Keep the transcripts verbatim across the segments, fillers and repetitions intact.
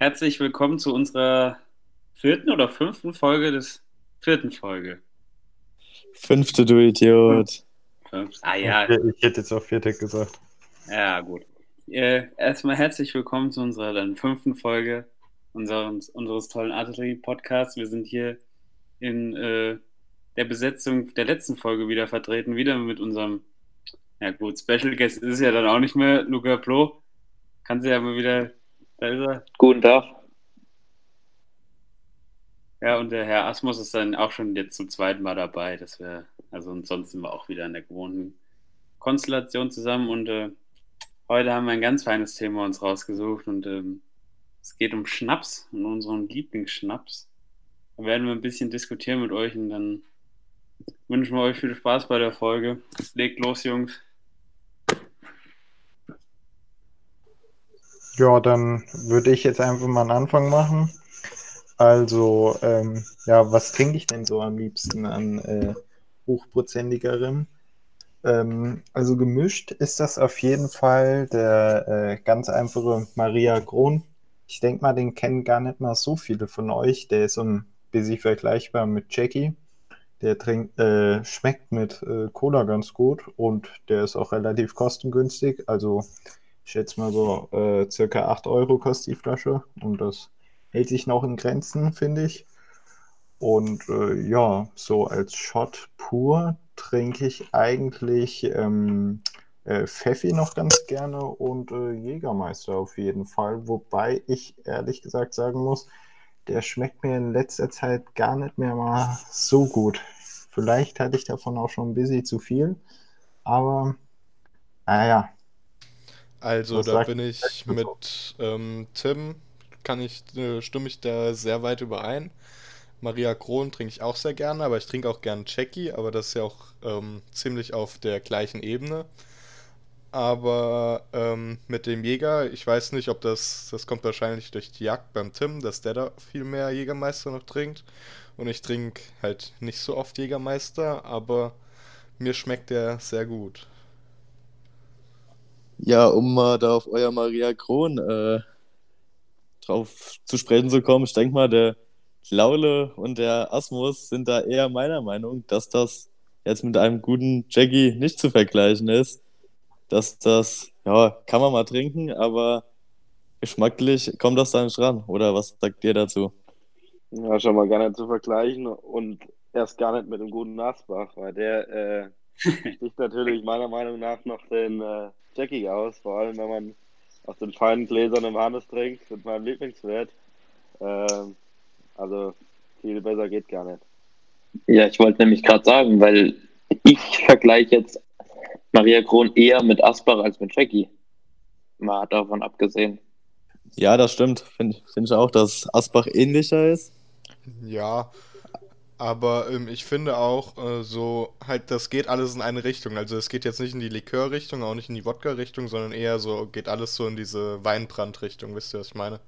herzlich willkommen zu unserer vierten oder fünften Folge des vierten Folge. Fünfte, du Idiot. Fünf. Ah ja, Ich hätte jetzt auch vierte gesagt. ja gut. Äh, erstmal herzlich willkommen zu unserer dann fünften Folge unseres, unseres tollen Artillerie-Podcasts. Wir sind hier in äh, der Besetzung der letzten Folge wieder vertreten, wieder mit unserem, ja gut, Special Guest ist es ja dann auch nicht mehr, Luca Ploh. Kannst du ja mal wieder, da ist er. Guten Tag. Ja, und der Herr Asmus ist dann auch schon jetzt zum zweiten Mal dabei. Das wäre, also und sonst sind wir auch wieder in der gewohnten Konstellation zusammen. Und äh, heute haben wir ein ganz feines Thema uns rausgesucht. Und ähm, es geht um Schnaps und unseren Lieblingsschnaps. Da werden wir ein bisschen diskutieren mit euch und dann wünschen wir euch viel Spaß bei der Folge. Legt los, Jungs. Ja, dann würde ich jetzt einfach mal einen Anfang machen. Also, ähm, ja, was trinke ich denn so am liebsten an äh, hochprozentigerem? Ähm, also gemischt ist das auf jeden Fall der äh, ganz einfache Maria Kron. Ich denke mal, den kennen gar nicht mal so viele von euch. Der ist so ein bisschen vergleichbar mit Jackie. Der trinkt, äh, schmeckt mit äh, Cola ganz gut und der ist auch relativ kostengünstig. Also ich schätze mal so äh, circa acht Euro kostet die Flasche und das hält sich noch in Grenzen, finde ich. Und äh, ja, so als Shot pur trinke ich eigentlich ähm, äh, Pfeffi noch ganz gerne und äh, Jägermeister auf jeden Fall. Wobei ich ehrlich gesagt sagen muss, der schmeckt mir in letzter Zeit gar nicht mehr mal so gut. Vielleicht hatte ich davon auch schon ein bisschen zu viel, aber naja. Also Was da sagt bin ihr ich dazu? mit ähm, Tim, kann ich, äh, stimme ich da sehr weit überein. Maria Kron trinke ich auch sehr gerne, aber ich trinke auch gern Jackie, aber das ist ja auch ähm, ziemlich auf der gleichen Ebene. Aber ähm, mit dem Jäger, ich weiß nicht, ob das, das kommt wahrscheinlich durch die Jagd beim Tim, dass der da viel mehr Jägermeister noch trinkt. Und ich trinke halt nicht so oft Jägermeister, aber mir schmeckt der sehr gut. Ja, um mal da auf euer Maria Kron äh, drauf zu sprechen zu kommen, ich denke mal, der Laule und der Asmus sind da eher meiner Meinung, dass das jetzt mit einem guten Jackie nicht zu vergleichen ist. Dass das, ja, kann man mal trinken, aber geschmacklich kommt das da nicht ran. Oder was sagt ihr dazu? Ja, schon mal gar nicht zu vergleichen und erst gar nicht mit dem guten Nasbach, weil der äh, sticht natürlich meiner Meinung nach noch den äh, Jackie aus, vor allem wenn man aus den feinen Gläsern im Hannes trinkt, mit meinem Lieblingswert. Ähm, also viel besser geht gar nicht. Ja, ich wollte nämlich gerade sagen, weil ich vergleiche jetzt Maria Kron eher mit Asbach als mit Jackie. Mal davon abgesehen. Ja, das stimmt. Finde find ich auch, dass Asbach ähnlicher ist. Ja, aber ähm, ich finde auch äh, so, halt, das geht alles in eine Richtung. Also es geht jetzt nicht in die Likör-Richtung, auch nicht in die Wodka-Richtung, sondern eher so, geht alles so in diese Weinbrand-Richtung, wisst ihr, was ich meine?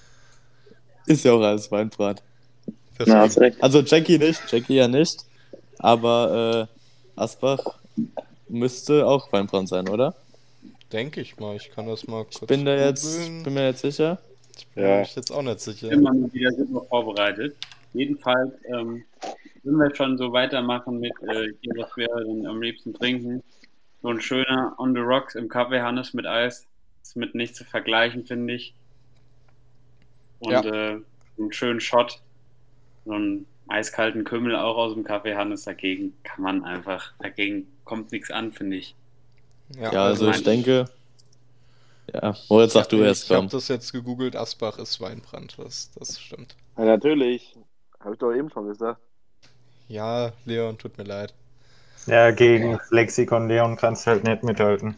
Ist ja auch alles Weinbrand. Na, hast Deswegen. recht. Also Jackie nicht, Jackie ja nicht. Aber äh, Asbach müsste auch Weinbrand sein, oder? Denke ich mal, ich kann das mal kurz Ich bin da jetzt, googeln. bin mir jetzt sicher. Ich bin Ja. mir jetzt auch nicht sicher. Immer mal wieder super vorbereitet. Jedenfalls ähm, würden wir schon so weitermachen mit äh, hier, was wir dann am liebsten trinken. So ein schöner On the Rocks im Kaffee Hannes mit Eis. Ist mit nichts zu vergleichen, finde ich. Und Ja. äh, einen schönen Shot. So einen eiskalten Kümmel auch aus dem Kaffee Hannes. Dagegen kann man einfach, dagegen kommt nichts an, finde ich. Ja, also ich mein- denke. Ja, Moritz, sag du erst, Ich habe komm. das jetzt gegoogelt, Asbach ist Weinbrand, das, das stimmt. Ja, natürlich. Habe ich doch eben schon gesagt. Ja, Leon, tut mir leid. Ja, gegen Lexikon Leon kannst du halt nicht mithalten.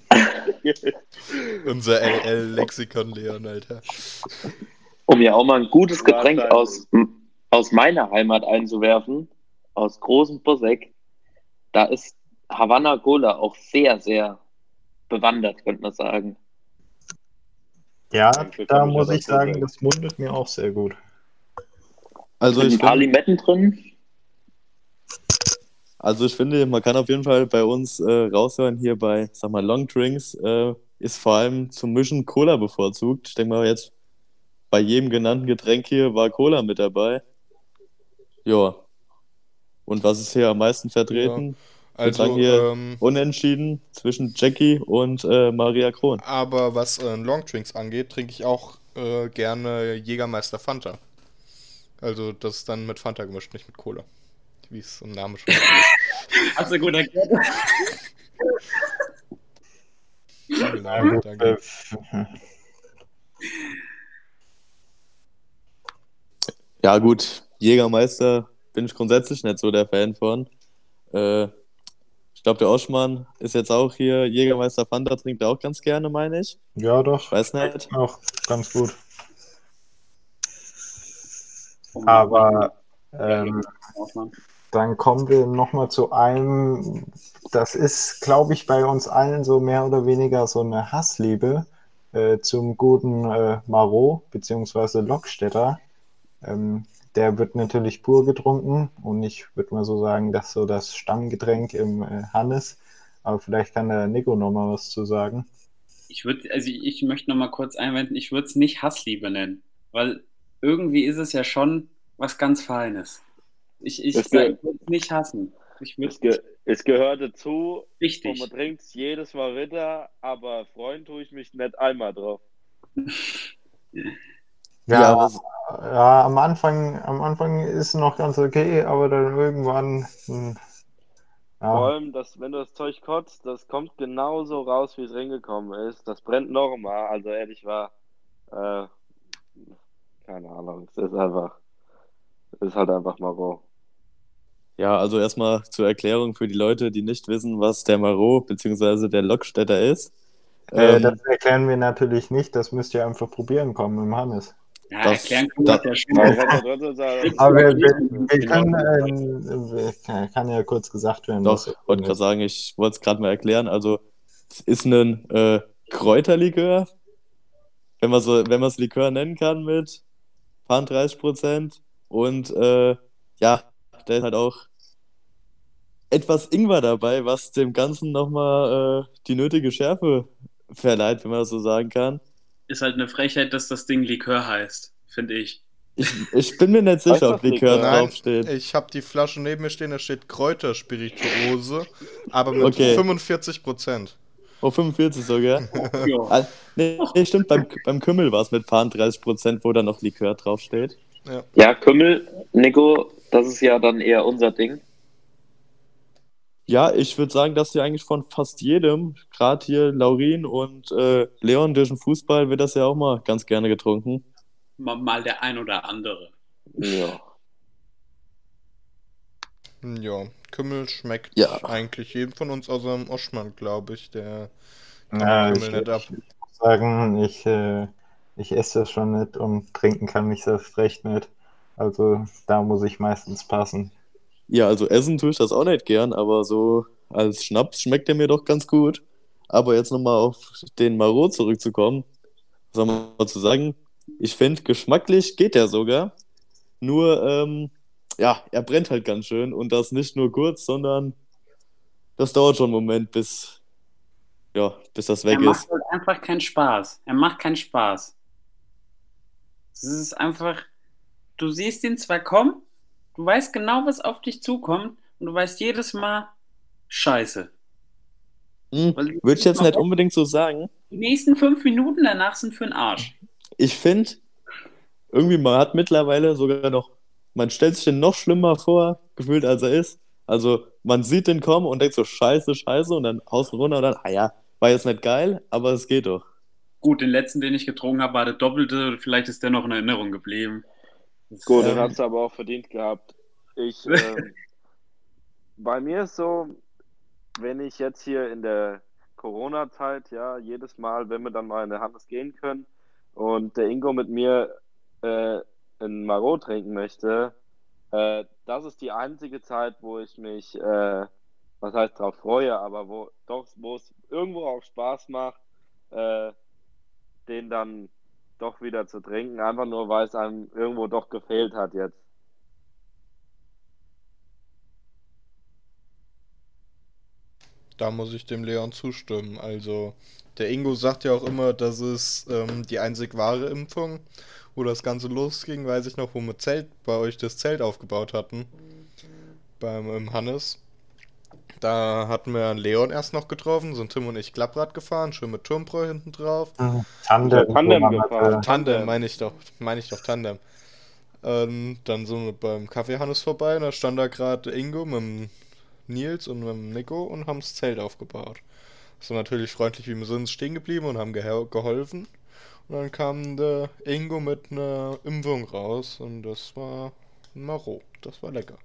Unser L L-Lexikon Leon, Alter. Um ja auch mal ein gutes Getränk Wahrscheinlich. aus, aus meiner Heimat einzuwerfen, aus großem Prosecco, da ist Havana Cola auch sehr, sehr bewandert, könnte man sagen. Ja, Dafür da kann ich muss aber ich sagen, sagen. das mundet mir auch sehr gut. Also Sind ich ein paar finde, Limetten drin? also ich finde, man kann auf jeden Fall bei uns äh, raushören, hier bei, sag mal, Long Drinks, äh, ist vor allem zum Mischen Cola bevorzugt. Ich denke mal jetzt, bei jedem genannten Getränk hier war Cola mit dabei. Ja. Und was ist hier am meisten vertreten? Ich würde sagen Also, hier ähm, unentschieden zwischen Jackie und äh, Maria Kron. aber was äh, Longdrinks angeht, trinke ich auch äh, gerne Jägermeister Fanta. Also das ist dann mit Fanta gemischt, nicht mit Cola. Wie es im Namen schon steht. Hast du gut erklärt? Genau, danke. Ja gut, Jägermeister bin ich grundsätzlich nicht so der Fan von. Äh, ich glaube, der Oschmann ist jetzt auch hier Jägermeister Fanta, trinkt er auch ganz gerne, meine ich. Ja, doch. Weiß nicht. Auch ganz gut. Aber ähm, dann kommen wir nochmal zu einem, das ist, glaube ich, bei uns allen so mehr oder weniger so eine Hassliebe äh, zum guten äh, Marot beziehungsweise Lockstädter. Ähm, der wird natürlich pur getrunken und ich würde mal so sagen, das ist so das Stammgetränk im äh, Hannes. Aber vielleicht kann der Nico nochmal was zu sagen. Ich würde, also ich möchte noch mal kurz einwenden, ich würde es nicht Hassliebe nennen, weil irgendwie ist es ja schon was ganz Feines. Ich, ich, Es sag- ge- ich würde es nicht hassen. Ich Es, würde ge es gehört dazu und richtig. man trinkt es jedes Mal wieder, aber freuen tue ich mich nicht einmal drauf. Ja, Ja, aber ja, am Anfang, am Anfang ist noch ganz okay, aber dann irgendwann, hm, Vor ja, allem, dass, wenn du das Zeug kotzt, das kommt genauso raus, wie es reingekommen ist. Das brennt nochmal. Also ehrlich war, äh, keine Ahnung, es ist einfach, es ist halt einfach mal roh. ja, also erstmal zur Erklärung für die Leute, die nicht wissen, was der Marot bzw. der Lockstädter ist. äh, Ähm, das erklären wir natürlich nicht, das müsst ihr einfach probieren kommen im Hannes. Ja, das- erklären können wir da- es ja schon. Man kann ja trotzdem sagen, Aber wir, Ja, wir, wir können, äh, wir- kann, kann ja kurz gesagt werden, Doch, was ich wollte drin gerade ist. sagen, ich wollte es gerade mal erklären. Also, es ist ein äh, Kräuterlikör, wenn man so, wenn man es Likör nennen kann, mit paar dreißig Prozent. Und äh, ja, da ist halt auch etwas Ingwer dabei, was dem Ganzen nochmal äh, die nötige Schärfe verleiht, wenn man das so sagen kann. Ist halt eine Frechheit, dass das Ding Likör heißt, finde ich. Ich, ich bin mir nicht sicher, ob das Likör Likör? Nein, draufsteht. ich habe die Flasche neben mir stehen, da steht Kräuterspirituose, aber mit Okay. fünfundvierzig Prozent. Oh, fünfundvierzig sogar. Ja. Ah, nee, nee, stimmt, beim, beim Kümmel war es mit paar dreißig Prozent, wo da noch Likör draufsteht. Ja, Kümmel, Nico, das ist ja dann eher unser Ding. Ja, ich würde sagen, dass wir eigentlich von fast jedem, gerade hier Laurin und äh, Leon durch den Fußball, wird das ja auch mal ganz gerne getrunken. Mal, mal der ein oder andere. Ja. Ja, Kümmel schmeckt Ja. eigentlich jedem von uns, außer dem Oschmann, glaube ich. Der kann Ja, Kümmel ich, nicht ab. ich muss sagen, ich, äh, ich esse das schon nicht und trinken kann ich das recht nicht. Also da muss ich meistens passen. Ja, also essen tue ich das auch nicht gern, aber so als Schnaps schmeckt er mir doch ganz gut. Aber jetzt nochmal auf den Marot zurückzukommen, was soll man dazu sagen? Ich finde, geschmacklich geht der sogar. Nur, ähm, ja, er brennt halt ganz schön und das nicht nur kurz, sondern das dauert schon einen Moment, bis, ja, bis das weg Er macht ist. halt einfach keinen Spaß. Er macht keinen Spaß. Es ist einfach, du siehst ihn zwar kommen, du weißt genau, was auf dich zukommt und du weißt jedes Mal, Scheiße. Hm, Weil die würde ich jetzt nicht unbedingt so sagen. Die nächsten fünf Minuten danach sind für den Arsch. Ich finde, irgendwie man hat mittlerweile sogar noch, man stellt sich den noch schlimmer vor, gefühlt als er ist. Also man sieht den kommen und denkt so, scheiße, scheiße und dann außen runter und dann, ah ja, war jetzt nicht geil, aber es geht doch. Gut, den letzten, den ich getrunken habe, war der doppelte. Vielleicht ist der noch in Erinnerung geblieben. Das, Gut, ähm, den hast du aber auch verdient gehabt. Ich, ähm, bei mir ist so, wenn ich jetzt hier in der Corona-Zeit, ja, jedes Mal, wenn wir dann mal in der Hannes gehen können und der Ingo mit mir äh, einen Marot trinken möchte, äh, das ist die einzige Zeit, wo ich mich, äh, was heißt drauf freue, aber wo doch, wo es irgendwo auch Spaß macht, äh, den dann doch wieder zu trinken, einfach nur, weil es einem irgendwo doch gefehlt hat jetzt. Da muss ich dem Leon zustimmen. Also, der Ingo sagt ja auch immer, das ist ähm, die einzig wahre Impfung. wo das Ganze losging, weiß ich noch, wo wir Zelt, bei euch das Zelt aufgebaut hatten. Beim ähm, Hannes. Da hatten wir Leon erst noch getroffen, sind Tim und ich Klapprad gefahren, schön mit Turmbräu hinten drauf. Mhm. Ich hab Tandem, Tandem wo man gefahren. hatte- Tandem, meine ich doch, meine ich doch, Tandem. Ähm, dann sind wir beim Kaffee Hannes vorbei, und da stand da gerade Ingo mit dem Nils und mit dem Nico und haben das Zelt aufgebaut. So natürlich freundlich wie wir sind stehen geblieben und haben gehe- geholfen. Und dann kam der Ingo mit einer Impfung raus und das war Maro. Das war lecker.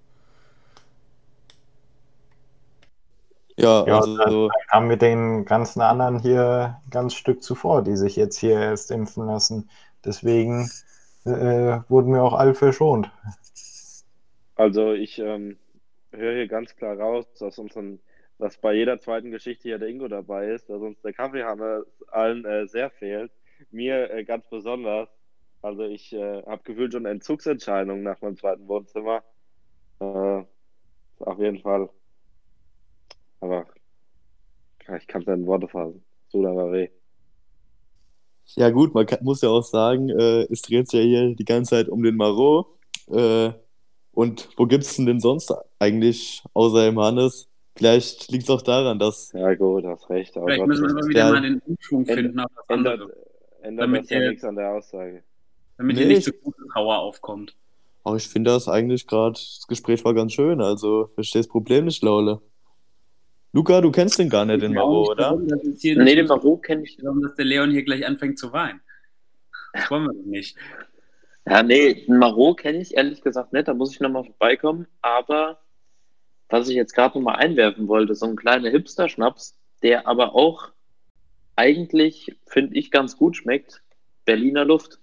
Ja, Ja, also so, kam mit den ganzen anderen hier ein ganz Stück zuvor, die sich jetzt hier erst impfen lassen. Deswegen äh, wurden wir auch alle verschont. Also ich ähm, höre hier ganz klar raus, dass unseren, dass bei jeder zweiten Geschichte hier der Ingo dabei ist, dass uns der Kaffeehammer allen äh, sehr fehlt. Mir äh, ganz besonders. Also ich äh, habe gefühlt schon Entzugsentscheidungen nach meinem zweiten Wohnzimmer. Äh, auf jeden Fall. Aber ja, ich kann es nicht in Worte fassen. So da war weh. ja gut, man kann, muss ja auch sagen, äh, es dreht sich ja hier die ganze Zeit um den Marot. Äh, und wo gibt's denn denn sonst eigentlich, außer im Hannes? Vielleicht liegt es auch daran, dass Ja gut, hast recht. Aber Vielleicht müssen wir trotzdem immer wieder Ja. mal den Umschwung Änd- finden auf was ändert, anderes, ändert Damit das ja ihr- nichts an der Aussage. damit Nee, hier nicht ich- zu gute Trauer aufkommt. aber ich finde das eigentlich gerade, das Gespräch war ganz schön, also verstehe das Problem nicht, Laule. Luca, du kennst den gar nicht, den Ich weiß Marot, nicht, oder? warum, das ist hier Nee, nicht den so- Maro kenne ich. warum, dass der Leon hier gleich anfängt zu weinen. Das wollen wir doch nicht. Ja, nee, den Maro kenne ich ehrlich gesagt nicht, da muss ich nochmal vorbeikommen. Aber was ich jetzt gerade nochmal einwerfen wollte, so ein kleiner Hipster-Schnaps, der aber auch eigentlich, finde ich, ganz gut schmeckt. Berliner Luft.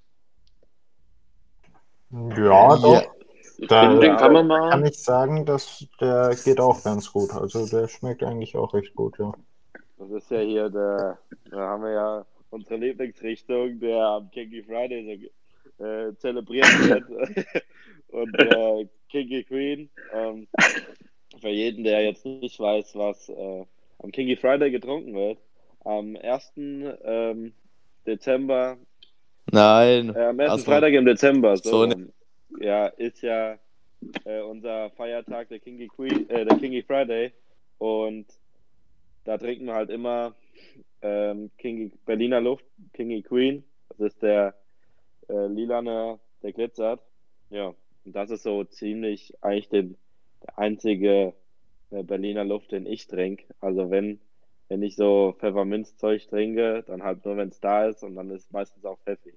Ja, doch. Ich Da, finde, den da kann man kann mal. ich sagen, dass der geht auch ganz gut. Also der schmeckt eigentlich auch recht gut, ja. Das ist ja hier der, da haben wir ja unsere Lieblingsrichtung, der am Kinky Friday so äh, zelebriert wird. Und äh, Kinky Queen. Ähm, für jeden, der jetzt nicht weiß, was äh, am Kinky Friday getrunken wird, am ersten Ähm, Dezember, Nein, äh, am ersten erstmal- Freitag im Dezember, so, So, ne- rum, ja, ist ja äh, unser Feiertag, der Kinky Queen, äh, der Kinky Friday. Und da trinken wir halt immer ähm, Kinky, Berliner Luft, Kinky Queen. Das ist der äh, lilane, der glitzert. Ja, und das ist so ziemlich eigentlich den, der einzige äh, Berliner Luft, den ich trinke. Also wenn, wenn ich so Pfefferminzzeug trinke, dann halt nur, wenn es da ist, und dann ist meistens auch Pfeffi.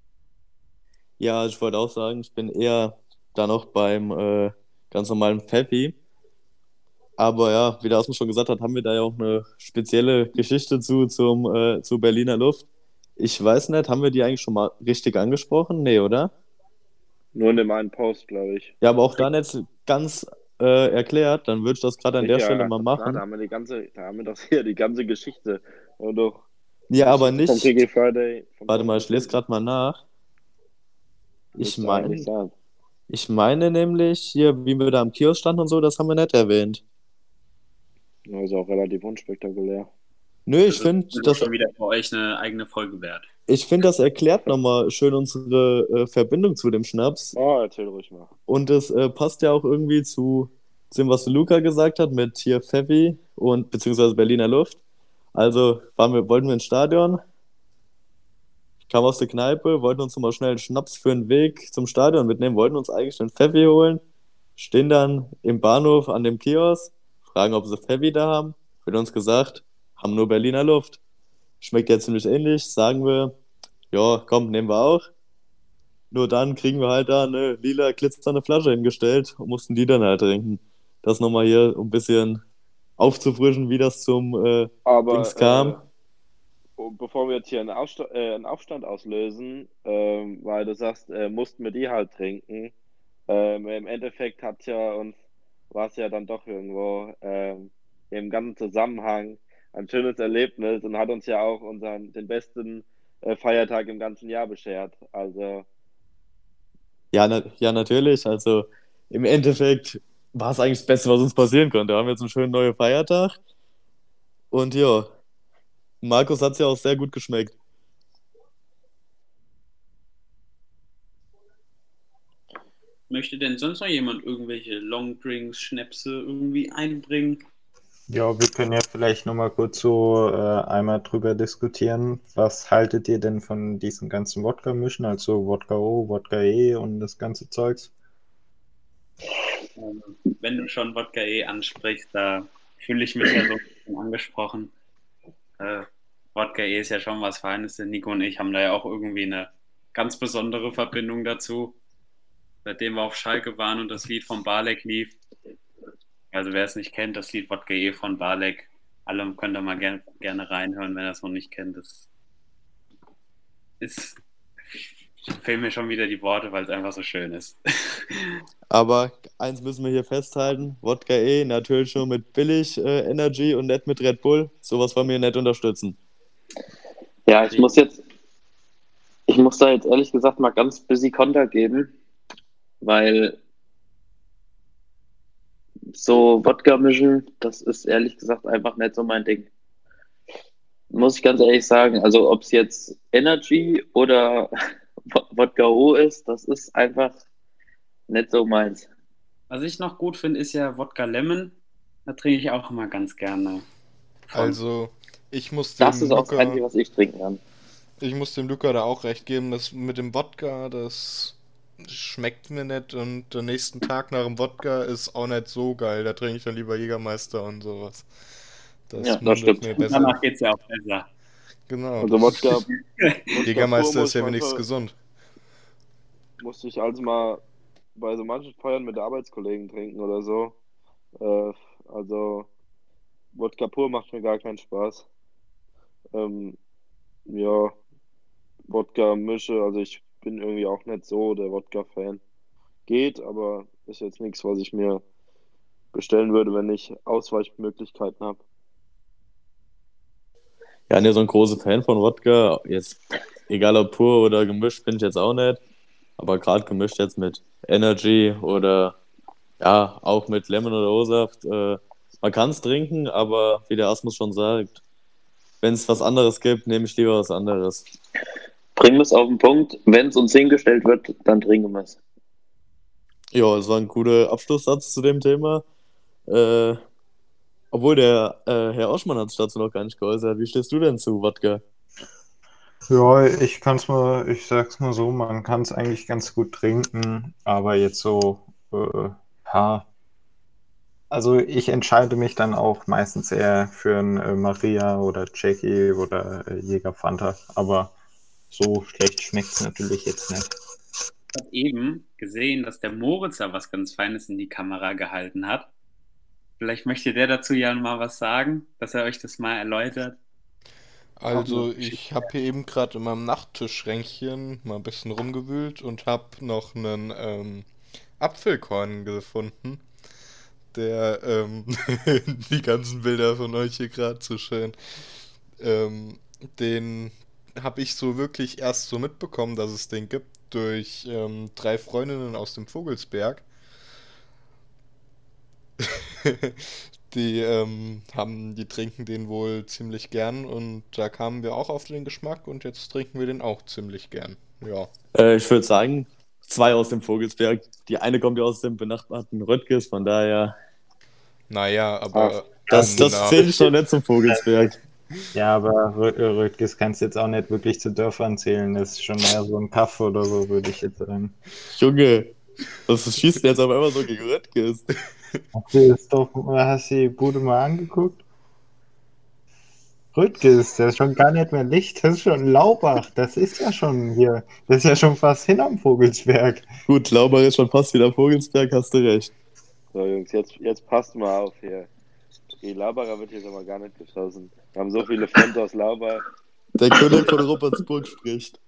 Ja, ich wollte auch sagen, ich bin eher da noch beim äh, ganz normalen Pfeffi. Aber ja, wie der Asmus schon gesagt hat, haben wir da ja auch eine spezielle Geschichte zu, zum, äh, zu Berliner Luft. Ich weiß nicht, haben wir die eigentlich schon mal richtig angesprochen? Nee, oder? Nur in dem einen Post, glaube ich. Ja, aber auch da nicht ganz äh, erklärt. Dann würde ich das gerade an der Sicher, Stelle mal klar, machen. da haben wir die ganze, da haben wir doch hier die ganze Geschichte. Und doch Ja, aber Geschichte vom Kinky nicht. Friday. vom Warte mal, ich lese gerade mal nach. Ich Müsste meine, eigentlich sein. ich meine nämlich, hier, wie wir da am Kiosk standen und so, das haben wir nicht erwähnt. Ja, ist auch relativ unspektakulär. Nö, ich finde, Das ist das, schon wieder für euch eine eigene Folge wert. ich find, das erklärt nochmal schön unsere äh, Verbindung zu dem Schnaps. Oh, erzähl ruhig mal. Und es äh, passt ja auch irgendwie zu, zu dem, was Luca gesagt hat, mit hier Pfeffi und beziehungsweise Berliner Luft. Also waren wir, wollten wir ins Stadion, ich kam aus der Kneipe, wollten uns nochmal schnell einen Schnaps für den Weg zum Stadion mitnehmen, wollten uns eigentlich einen Pfeffi holen, stehen dann im Bahnhof an dem Kiosk, fragen, ob sie Pfeffi da haben, wird uns gesagt, haben nur Berliner Luft. Schmeckt ja ziemlich ähnlich, sagen wir, ja, komm, nehmen wir auch. Nur dann kriegen wir halt da eine lila glitzernde Flasche hingestellt und mussten die dann halt trinken. Das nochmal hier, um ein bisschen aufzufrischen, wie das zum äh, Aber Dings kam. äh, und bevor wir jetzt hier einen, Aussta äh, einen Aufstand auslösen, ähm, weil du sagst, äh, mussten wir die halt trinken, ähm, im Endeffekt hat ja uns, war es ja dann doch irgendwo ähm, im ganzen Zusammenhang ein schönes Erlebnis und hat uns ja auch unseren, den besten äh, Feiertag im ganzen Jahr beschert. Also Ja, na, ja, natürlich. Also im Endeffekt war es eigentlich das Beste, was uns passieren konnte. Wir haben jetzt einen schönen neuen Feiertag. Und ja, Markus hat es ja auch sehr gut geschmeckt. Möchte denn sonst noch jemand irgendwelche Longdrinks, Schnäpse irgendwie einbringen? Ja, wir können ja vielleicht nochmal kurz so äh, einmal drüber diskutieren. Was haltet ihr denn von diesen ganzen Wodka-Mischen, also Wodka O, Wodka E und das ganze Zeugs? Ähm, wenn du schon Wodka E ansprichst, da fühle ich mich ja so ein bisschen angesprochen. Äh, Wodka E ist ja schon was Feines. Der Nico und ich haben da ja auch irgendwie eine ganz besondere Verbindung dazu. Seitdem wir auf Schalke waren und das Lied von Balek lief. Also wer es nicht kennt, das Lied Wodka E von Balek. Alle könnt ihr mal ger gerne reinhören, wenn ihr es noch nicht kennt. Das ist, fehlen mir schon wieder die Worte, weil es einfach so schön ist. Aber eins müssen wir hier festhalten: Wodka E natürlich nur mit billig äh, Energy und nicht mit Red Bull. Sowas wollen wir nicht unterstützen. Ja, ich muss jetzt, ich muss da jetzt ehrlich gesagt mal ganz busy Konter geben, weil so Wodka mischen, das ist ehrlich gesagt einfach nicht so mein Ding. Muss ich ganz ehrlich sagen. Also ob es jetzt Energy oder Wodka O ist, das ist einfach nicht so meins. Was ich noch gut finde, ist ja Wodka Lemon. Da trinke ich auch immer ganz gerne. Von. Also, ich muss dem Das ist auch das Luca, Einzige, was ich trinken kann. ich muss dem Luca da auch recht geben, das mit dem Wodka, das schmeckt mir nicht und der nächsten Tag nach dem Wodka ist auch nicht so geil. Da trinke ich dann lieber Jägermeister und sowas. Das Ja, das mundet stimmt. mir Und besser. danach geht es ja auch besser. Genau. Also Wodka, Wodka Jägermeister pur ist ja muss wenigstens manchmal- gesund. Musste ich also mal bei so manchen Feiern mit Arbeitskollegen trinken oder so. Äh, also Wodka pur macht mir gar keinen Spaß. Ähm, ja, Wodka mische, also ich bin irgendwie auch nicht so der Wodka-Fan. Geht, aber ist jetzt nichts, was ich mir bestellen würde, wenn ich Ausweichmöglichkeiten habe. Ja, ne, so ein großer Fan von Wodka. Jetzt, egal ob pur oder gemischt, bin ich jetzt auch nicht. Aber gerade gemischt jetzt mit Energy oder ja, auch mit Lemon oder O-Saft. Äh, man kann es trinken, aber wie der Asmus schon sagt, wenn es was anderes gibt, nehme ich lieber was anderes. Bringen wir es auf den Punkt. Wenn es uns hingestellt wird, dann trinken wir es. Ja, das war ein guter Abschlusssatz zu dem Thema. Äh, obwohl der äh, Herr Oschmann hat sich dazu noch gar nicht geäußert. Wie stehst du denn zu Wodka? Ja, ich kann's mal, ich sag's mal so, man kann es eigentlich ganz gut trinken, aber jetzt so, äh, ja, also ich entscheide mich dann auch meistens eher für ein äh, Maria oder Jackie oder äh, Jäger Fanta, aber so schlecht schmeckt's natürlich jetzt nicht. Ich habe eben gesehen, dass der Moritz da was ganz Feines in die Kamera gehalten hat. Vielleicht möchte der dazu ja mal was sagen, dass er euch das mal erläutert. Also, ich habe hier eben gerade in meinem Nachttischschränkchen mal ein bisschen rumgewühlt und habe noch einen ähm, Apfelkorn gefunden, der ähm, die ganzen Bilder von euch hier gerade so schön. Ähm, den habe ich so wirklich erst so mitbekommen, dass es den gibt, durch ähm, drei Freundinnen aus dem Vogelsberg. Die ähm, haben, die trinken den wohl ziemlich gern und da kamen wir auch auf den Geschmack und jetzt trinken wir den auch ziemlich gern. Ja. Äh, ich würde sagen, zwei aus dem Vogelsberg. Die eine kommt ja aus dem benachbarten Röttges, von daher. Naja, aber Das, das na, zähle ich noch nicht zum Vogelsberg. Ja, aber Rö- äh, Röttges kannst du jetzt auch nicht wirklich zu Dörfern zählen, das ist schon mehr so ein Kaff oder so, würde ich jetzt sagen. Junge, was schießt denn jetzt auf einmal so gegen Röttges? Hast du das doch, hast du die Bude mal angeguckt? Röttges, das ist schon gar nicht mehr Licht, das ist schon Laubach, das ist ja schon hier, das ist ja schon fast hin am Vogelsberg. Gut, Laubach ist schon fast wieder Vogelsberg, hast du recht. So, Jungs, jetzt, jetzt passt mal auf hier. Die Laubacher wird jetzt aber gar nicht geschossen. Wir haben so viele Fans aus Laubach. Der König von Rupertsburg spricht.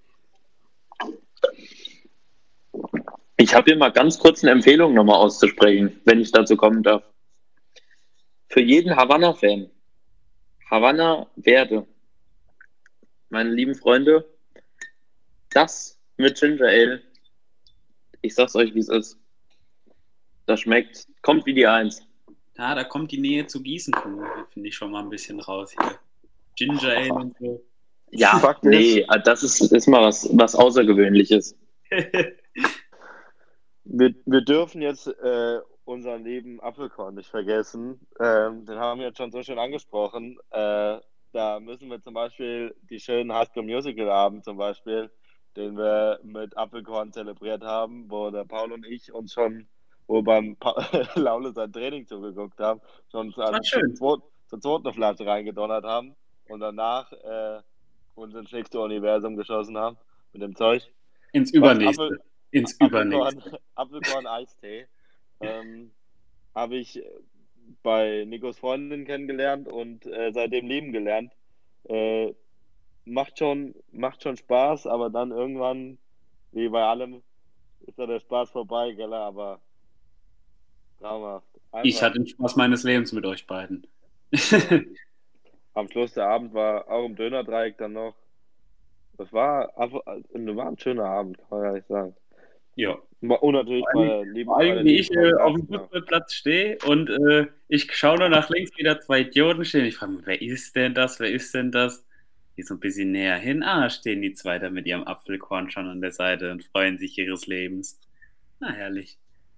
Ich habe hier mal ganz kurz eine Empfehlung nochmal auszusprechen, wenn ich dazu kommen darf. Für jeden Havanna-Fan. Havanna Verde. Meine lieben Freunde, das mit Ginger Ale, ich sag's euch, wie es ist. Das schmeckt, kommt wie die Eins. Ja, da kommt die Nähe zu Gießen, finde ich schon mal ein bisschen raus hier. Ginger Ale und so. Ja, Fakt nee, das ist, ist mal was, was Außergewöhnliches. Wir, wir dürfen jetzt äh, unseren lieben Apfelkorn nicht vergessen. Ähm, den haben wir jetzt schon so schön angesprochen. Äh, da müssen wir zum Beispiel die schönen High School Musical Abend zum Beispiel, den wir mit Apfelkorn zelebriert haben, wo der Paul und ich uns schon, wo beim pa Laule sein Training zugeguckt haben, schon war zur schön. zweiten, zur zweiten Flasche reingedonnert haben und danach äh, uns ins nächste Universum geschossen haben mit dem Zeug. Ins Was? Übernächste. Apfel, Ins Übernächste. Apfelkorn, Apfelkorn Eistee. Ähm, habe ich bei Nikos Freundin kennengelernt und äh, seitdem lieben gelernt. Äh, macht schon, macht schon Spaß, aber dann irgendwann, wie bei allem, ist da der Spaß vorbei, gell? Aber traumhaft. Ich Einfach, hatte den Spaß meines Lebens mit euch beiden. ja. Am Schluss der Abend war auch im Dönerdreieck dann noch. Das war, einfach- war ein schöner Abend, kann man ehrlich sagen. Ja. Und natürlich Vor allem- bei der lieben, Vor bei der allem, wie lieben ich äh, Frau auf dem Kastner. Fußballplatz stehe und äh, ich schaue nur nach links, wie da zwei Idioten stehen. Ich frage mich, wer ist denn das? Wer ist denn das? Die so ein bisschen näher hin. Ah, stehen die zwei da mit ihrem Apfelkorn schon an der Seite und freuen sich ihres Lebens. Na, herrlich.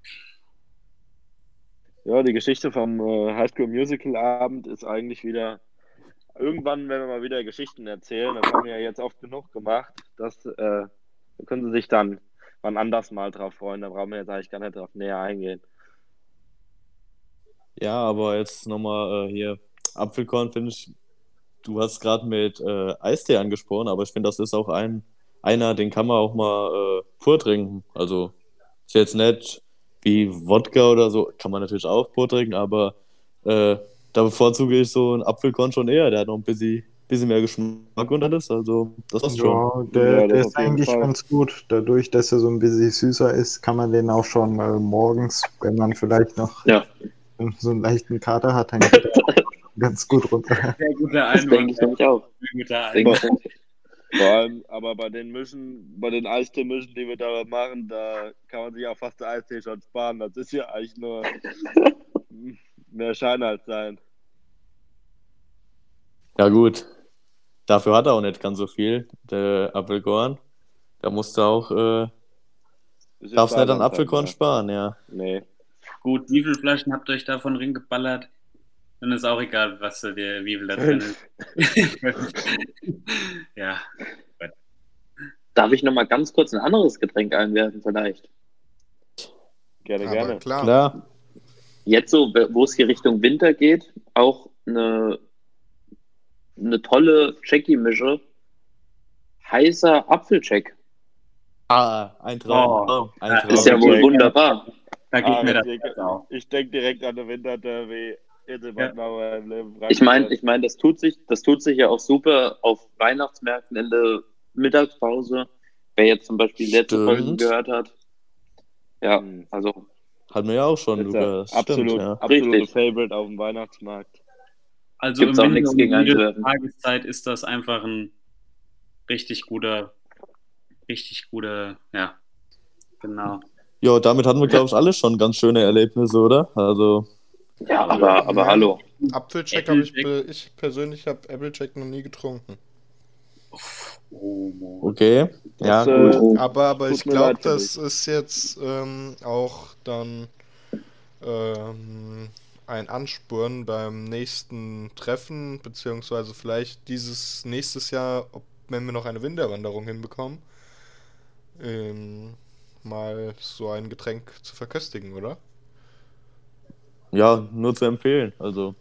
Ja, die Geschichte vom äh, High School Musical Abend ist eigentlich wieder irgendwann, wenn wir mal wieder Geschichten erzählen, das haben wir ja jetzt oft genug gemacht, das äh, da können Sie sich dann wann anders mal drauf freuen, da brauchen wir jetzt eigentlich gar nicht drauf näher eingehen. Ja, aber jetzt nochmal äh, hier Apfelkorn, finde ich, du hast gerade mit äh, Eistee angesprochen, aber ich finde, das ist auch ein einer, den kann man auch mal äh, pur trinken. Also ist jetzt nicht wie Wodka oder so, kann man natürlich auch pur trinken, aber äh, da bevorzuge ich so einen Apfelkorn schon eher. Der hat noch ein bisschen, bisschen mehr Geschmack und alles, also das passt schon. Ja, der, Ja, das der auf ist jeden eigentlich Fall. ganz gut. Dadurch, dass er so ein bisschen süßer ist, kann man den auch schon äh, morgens, wenn man vielleicht noch Ja. so einen leichten Kater hat, dann geht er auch ganz gut runter. Sehr guter Das denke Einwand. ich nämlich auch. Sehr guter Das denke Einwand. ich auch. Vor allem, aber bei den Mischen, bei den Eistee-Mischen, die wir da machen, da kann man sich auch fast der Eistee schon sparen. Das ist ja eigentlich nur mehr Schein als sein. Ja gut, dafür hat er auch nicht ganz so viel, der Apfelkorn. Da musst du auch, äh, Bisschen darfst nicht an sparsam sein, Apfelkorn ja. sparen, ja. Nee. Gut, wie viele Flaschen habt ihr euch davon ringeballert? Dann ist auch egal, was da der, wie viel da drin ist. Ja. Darf ich noch mal ganz kurz ein anderes Getränk einwerfen vielleicht? Gerne, Aber gerne. klar. Klar, Jetzt so, wo es hier Richtung Winter geht, auch eine, eine tolle Jackie-Mische. Heißer Apfeljack. ah, ein Traum, Oh, ein ja, Traum. Ist ja wohl Apfeljack. wunderbar. Da geht Ah, mir das ich Herz auf. ich denke direkt an den Winter-Derby. Jetzt in Ja. Bad im Leben. Ich meine, ich meine, das tut sich, das tut sich ja auch super auf Weihnachtsmärkten in der Mittagspause. Wer jetzt zum Beispiel die letzte Stimmt. Folge gehört hat. Ja, Hm. also Hatten wir ja auch schon, ist ja Lukas. Stimmt, absolut, ja. absolute Richtig. Favorite auf dem Weihnachtsmarkt. Also Gibt's im auch Winter nichts um gegen jede einzuwerfen. Tageszeit ist das einfach ein richtig guter, richtig guter, ja, genau. Ja, damit hatten wir, glaube ich, alle schon ganz schöne Erlebnisse, oder? Also, ja, aber, aber Ja. hallo. Apfeljack habe ich, Applejack. be- ich persönlich habe Applejack noch nie getrunken. Oh, Mann. okay. Ja, Das, äh, gut. Aber, aber Tut ich mir glaube, leid für das ist jetzt ähm, auch dann ähm, ein Ansporn beim nächsten Treffen, beziehungsweise vielleicht dieses nächstes Jahr, ob, wenn wir noch eine Winterwanderung hinbekommen, ähm, mal so ein Getränk zu verköstigen, oder? Ja, nur zu empfehlen. Also,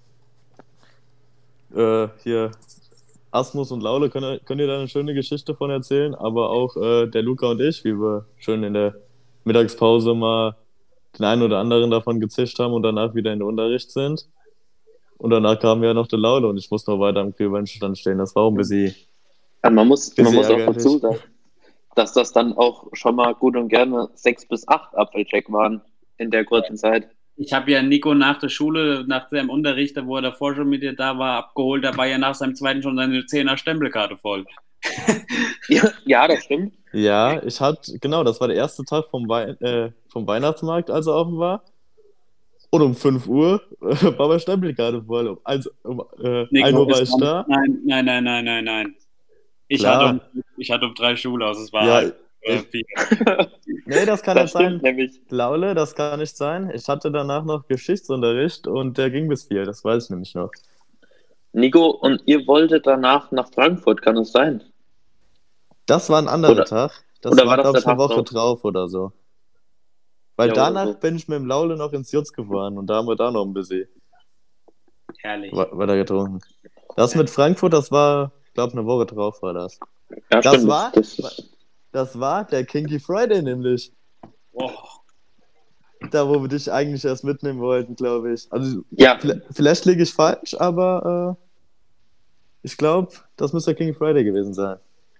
äh, hier, Asmus und Laule können, können dir da eine schöne Geschichte von erzählen, aber auch äh, der Luca und ich, wie wir schön in der Mittagspause mal den einen oder anderen davon gezischt haben und danach wieder in den Unterricht sind. Und danach kam ja noch der Laule und ich musste noch weiter am Glühweinstand stehen. Das war auch ein bisschen, Also man muss, man bisschen muss auch ärgerlich. dazu sagen, dass das dann auch schon mal gut und gerne sechs bis acht Apfeljack waren in der kurzen Zeit. Ich habe ja Nico nach der Schule, nach seinem Unterricht, wo er davor schon mit dir da war, abgeholt. Da war ja nach seinem zweiten schon seine zehner Stempelkarte voll. Ja, ja, das stimmt. Ja, ich hatte, genau, das war der erste Tag vom, Wei äh, vom Weihnachtsmarkt, als er offen war. Und um fünf Uhr äh, war meine Stempelkarte voll. Um, eins, um äh, Nico, ein Uhr war es ich da. Nein, nein, nein, nein, nein, nein. Ich Klar. hatte, um, ich hatte um drei Schule aus. Es war Ja, halt. oder vier. Nee, das kann Das nicht sein. stimmt nämlich. Laule, das kann nicht sein. Ich hatte danach noch Geschichtsunterricht und der ging bis vier, das weiß ich nämlich noch. Nico, und ihr wolltet danach nach Frankfurt, kann es sein? Das war ein anderer Oder- Tag. Das oder war, war das glaube ich, der eine Tag Woche drauf? drauf oder so. Weil Ja, oder danach so. bin ich mit dem Laule noch ins Jutz gefahren und da haben wir da noch ein bisschen Herrlich. wa- weiter getrunken. Das mit Frankfurt, das war, ich glaube, eine Woche drauf war das. Ja, Das stimmt. war- Das, das, Das war der Kinky Friday nämlich. Oh, Da, wo wir dich eigentlich erst mitnehmen wollten, glaube ich. Also, ja, vielleicht, vielleicht liege ich falsch, aber äh, ich glaube, das müsste der Kinky Friday gewesen sein.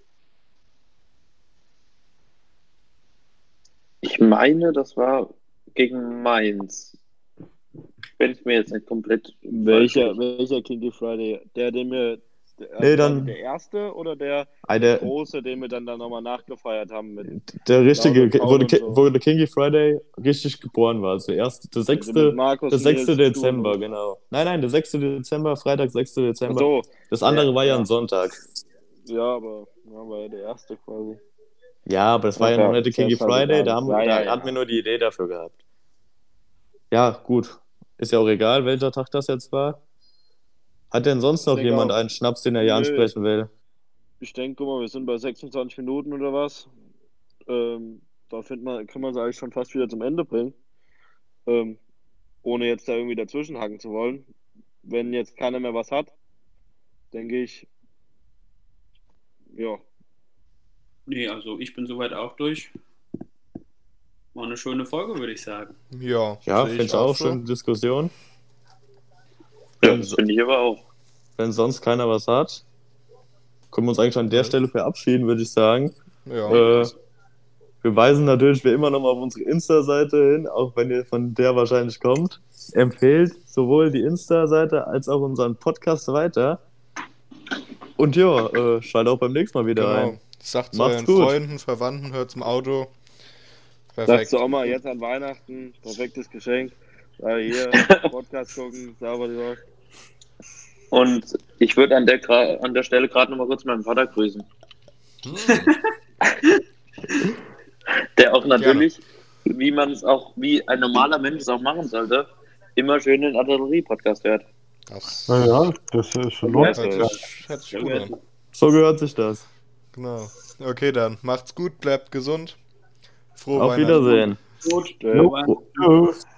ich meine, das war gegen Mainz. Wenn ich mir jetzt nicht komplett. Welcher, falsch- welcher Kinky Friday? Der, den wir. Der, Nee, also dann- der erste oder der, Ah, der der, große, den wir dann, dann nochmal nachgefeiert haben mit, der richtige, Laune, wo Paul der, und Ki- so. wo der Kinky Friday richtig geboren war. Also der erste, der also mit sechste, Markus, der sechste Nils, Dezember, Stuhl und- genau. Nein, nein, der sechste Dezember, Freitag, sechster Ach Dezember. so, Das andere Ja, war ja ja. ein Sonntag. ja, aber ja, war ja der erste quasi. Ja, aber das war ja Ja, noch nicht der ist ja Kinky scheißegal. Friday, da, haben, Ja, wir- ja, da ja. hatten wir nur die Idee dafür gehabt. Ja, gut. Ist ja auch egal, welcher Tag das jetzt war. Hat denn sonst noch Ich denke jemand auch. einen Schnaps, den er hier Nö. ansprechen will? Ich denke, guck mal, wir sind bei sechsundzwanzig Minuten oder was. Ähm, da find man, kann man es eigentlich schon fast wieder zum Ende bringen. Ähm, ohne jetzt da irgendwie dazwischen haken zu wollen. Wenn jetzt keiner mehr was hat, denke ich, ja, nee, also ich bin soweit auch durch. War eine schöne Folge, würde ich sagen. Ja, Ja, sehe finde ich auch so. schöne Diskussion. Ja, Wenn, das so- finde ich aber auch. wenn sonst keiner was hat, können wir uns eigentlich an der Stelle verabschieden, würde ich sagen. Ja. Äh, wir weisen natürlich wie immer nochmal auf unsere Insta-Seite hin, auch wenn ihr von der wahrscheinlich kommt. Empfehlt sowohl die Insta-Seite als auch unseren Podcast weiter. Und ja, äh, schaltet auch beim nächsten Mal wieder Genau. ein. Sagt Macht's euren gut. Freunden, Verwandten, hört im Auto. sagst Perfekt. du auch mal, jetzt an Weihnachten, perfektes Geschenk. Weil hier, Podcast gucken, sauber die Woche. Und ich würde an der, gra- an der Stelle gerade nochmal kurz meinen Vater grüßen. Hm. Der auch natürlich, wie man es auch, wie ein normaler Mensch es auch machen sollte, immer schön den Artillerie-Podcast hört. Das Naja, das ist schon Ja, hört lohnt. ja. sich, hört sich gut an. So gehört sich das. Genau. Okay, dann macht's gut, bleibt gesund. Frohe Auf Weihnachten. Wiedersehen. Gut, Jo. aber- Tschüss.